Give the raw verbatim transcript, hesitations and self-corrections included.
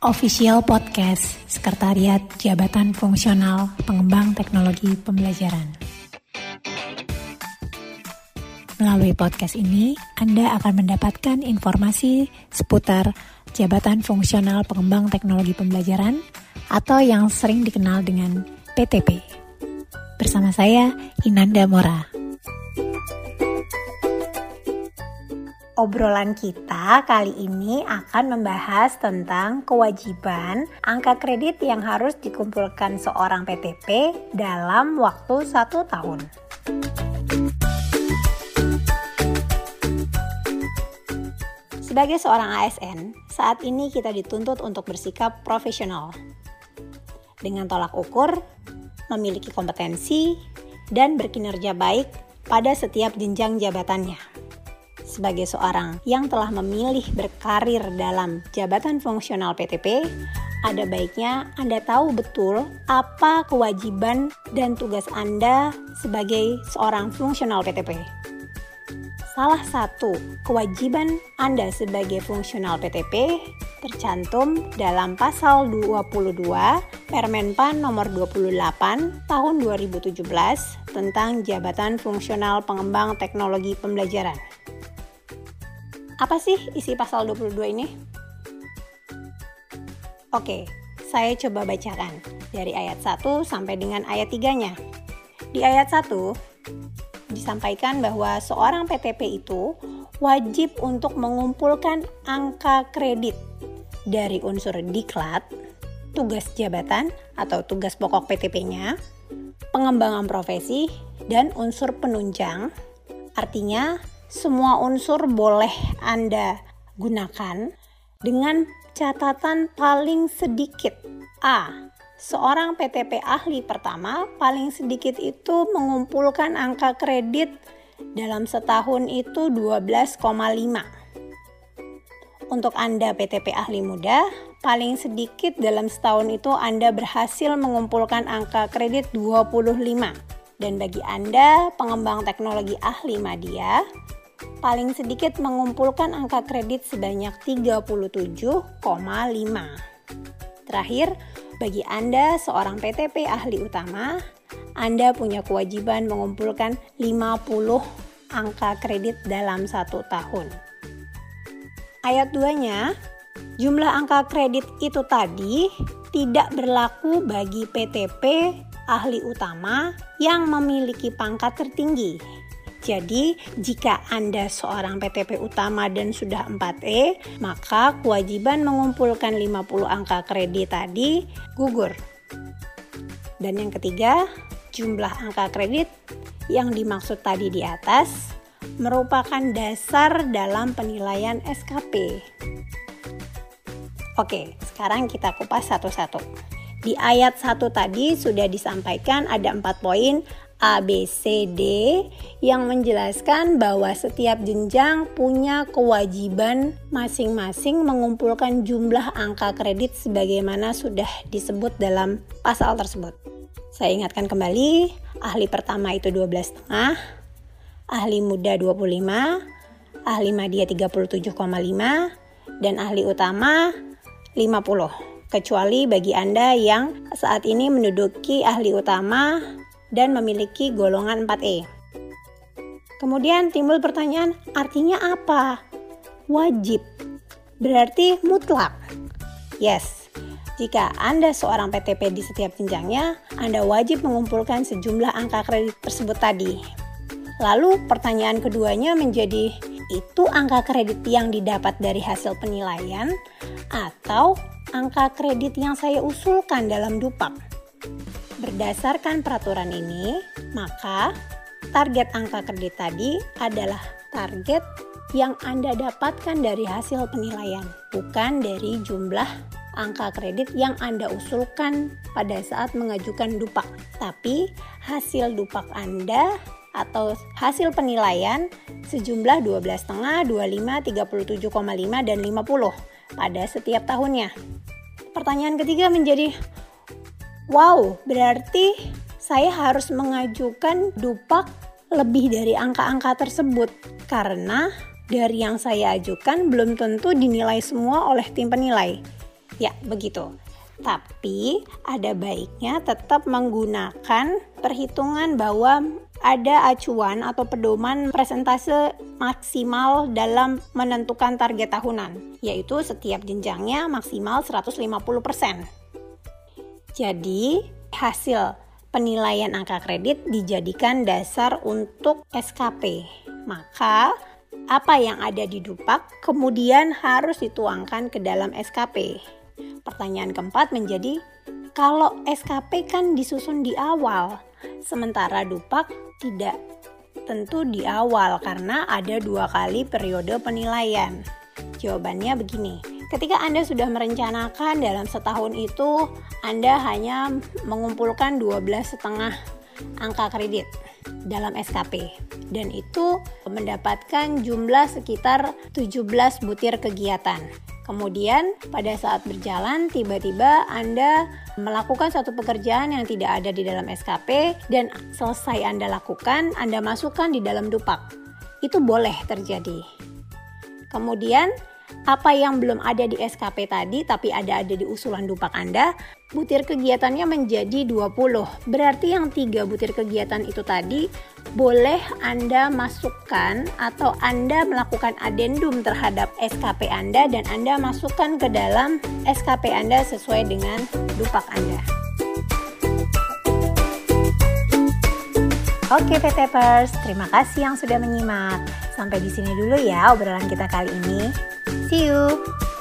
Official Podcast Sekretariat Jabatan Fungsional Pengembang Teknologi Pembelajaran. Melalui podcast ini, Anda akan mendapatkan informasi seputar Jabatan Fungsional Pengembang Teknologi Pembelajaran atau yang sering dikenal dengan P T P. Bersama saya, Inanda Mora. Obrolan kita kali ini akan membahas tentang kewajiban angka kredit yang harus dikumpulkan seorang P T P dalam waktu satu tahun. Sebagai seorang A S N, saat ini kita dituntut untuk bersikap profesional dengan tolak ukur, memiliki kompetensi, dan berkinerja baik pada setiap jenjang jabatannya. Sebagai seorang yang telah memilih berkarir dalam jabatan fungsional P T P, ada baiknya Anda tahu betul apa kewajiban dan tugas Anda sebagai seorang fungsional P T P. Salah satu kewajiban Anda sebagai fungsional P T P tercantum dalam pasal dua puluh dua Permenpan nomor dua puluh delapan tahun dua ribu tujuh belas tentang Jabatan Fungsional Pengembang Teknologi Pembelajaran. Apa sih isi pasal dua puluh dua ini? Oke, saya coba bacakan dari ayat satu sampai dengan ayat tiga-nya. Di ayat satu disampaikan bahwa seorang P T P itu wajib untuk mengumpulkan angka kredit dari unsur diklat, tugas jabatan atau tugas pokok P T P-nya, pengembangan profesi, dan unsur penunjang. Artinya, semua unsur boleh Anda gunakan dengan catatan paling sedikit. A. Seorang P T P ahli pertama paling sedikit itu mengumpulkan angka kredit dalam setahun itu dua belas koma lima. Untuk Anda P T P ahli muda, paling sedikit dalam setahun itu Anda berhasil mengumpulkan angka kredit dua puluh lima. Dan bagi Anda pengembang teknologi ahli madya, paling sedikit mengumpulkan angka kredit sebanyak tiga puluh tujuh koma lima. Terakhir, bagi Anda seorang P T P ahli utama, Anda punya kewajiban mengumpulkan lima puluh angka kredit dalam satu tahun. Ayat dua-nya, jumlah angka kredit itu tadi tidak berlaku bagi P T P ahli utama yang memiliki pangkat tertinggi. Jadi, jika Anda seorang P T P utama dan sudah empat E, maka kewajiban mengumpulkan lima puluh angka kredit tadi gugur. Dan yang ketiga, jumlah angka kredit yang dimaksud tadi di atas merupakan dasar dalam penilaian S K P. Oke, sekarang kita kupas satu-satu. Di ayat satu tadi sudah disampaikan ada empat poin A, B, C, D yang menjelaskan bahwa setiap jenjang punya kewajiban masing-masing mengumpulkan jumlah angka kredit sebagaimana sudah disebut dalam pasal tersebut. Saya ingatkan kembali, ahli pertama itu dua belas koma lima, ahli muda dua puluh lima, ahli madya tiga puluh tujuh koma lima, dan ahli utama lima puluh. Kecuali bagi Anda yang saat ini menduduki ahli utama dan memiliki golongan empat E. Kemudian timbul pertanyaan, artinya apa? Wajib. Berarti mutlak. Yes. Jika Anda seorang P T P di setiap jenjangnya, Anda wajib mengumpulkan sejumlah angka kredit tersebut tadi. Lalu pertanyaan keduanya menjadi, itu angka kredit yang didapat dari hasil penilaian atau angka kredit yang saya usulkan dalam Dupak? Berdasarkan peraturan ini, maka target angka kredit tadi adalah target yang Anda dapatkan dari hasil penilaian, bukan dari jumlah angka kredit yang Anda usulkan pada saat mengajukan Dupak. Tapi hasil Dupak Anda atau hasil penilaian sejumlah dua belas koma lima, dua puluh lima, tiga puluh tujuh koma lima, dan lima puluh pada setiap tahunnya. Pertanyaan ketiga menjadi, wow, berarti saya harus mengajukan Dupak lebih dari angka-angka tersebut karena dari yang saya ajukan belum tentu dinilai semua oleh tim penilai. Ya, begitu. Tapi ada baiknya tetap menggunakan perhitungan bahwa ada acuan atau pedoman persentase maksimal dalam menentukan target tahunan, yaitu setiap jenjangnya maksimal seratus lima puluh persen. Jadi, hasil penilaian angka kredit dijadikan dasar untuk S K P. Maka, apa yang ada di Dupak kemudian harus dituangkan ke dalam S K P. Pertanyaan keempat menjadi, kalau S K P kan disusun di awal, sementara Dupak tidak tentu di awal karena ada dua kali periode penilaian. Jawabannya begini, ketika Anda sudah merencanakan dalam setahun itu, Anda hanya mengumpulkan dua belas koma lima angka kredit dalam S K P. Dan itu mendapatkan jumlah sekitar tujuh belas butir kegiatan. Kemudian pada saat berjalan tiba-tiba Anda melakukan suatu pekerjaan yang tidak ada di dalam S K P dan selesai Anda lakukan, Anda masukkan di dalam Dupak. Itu boleh terjadi. Kemudian apa yang belum ada di S K P tadi tapi ada ada di usulan Dupak Anda, butir kegiatannya menjadi dua puluh. Berarti yang tiga butir kegiatan itu tadi boleh Anda masukkan atau Anda melakukan adendum terhadap S K P Anda dan Anda masukkan ke dalam S K P Anda sesuai dengan Dupak Anda. Oke P T Pers, terima kasih yang sudah menyimak. Sampai di sini dulu ya obrolan kita kali ini. See you!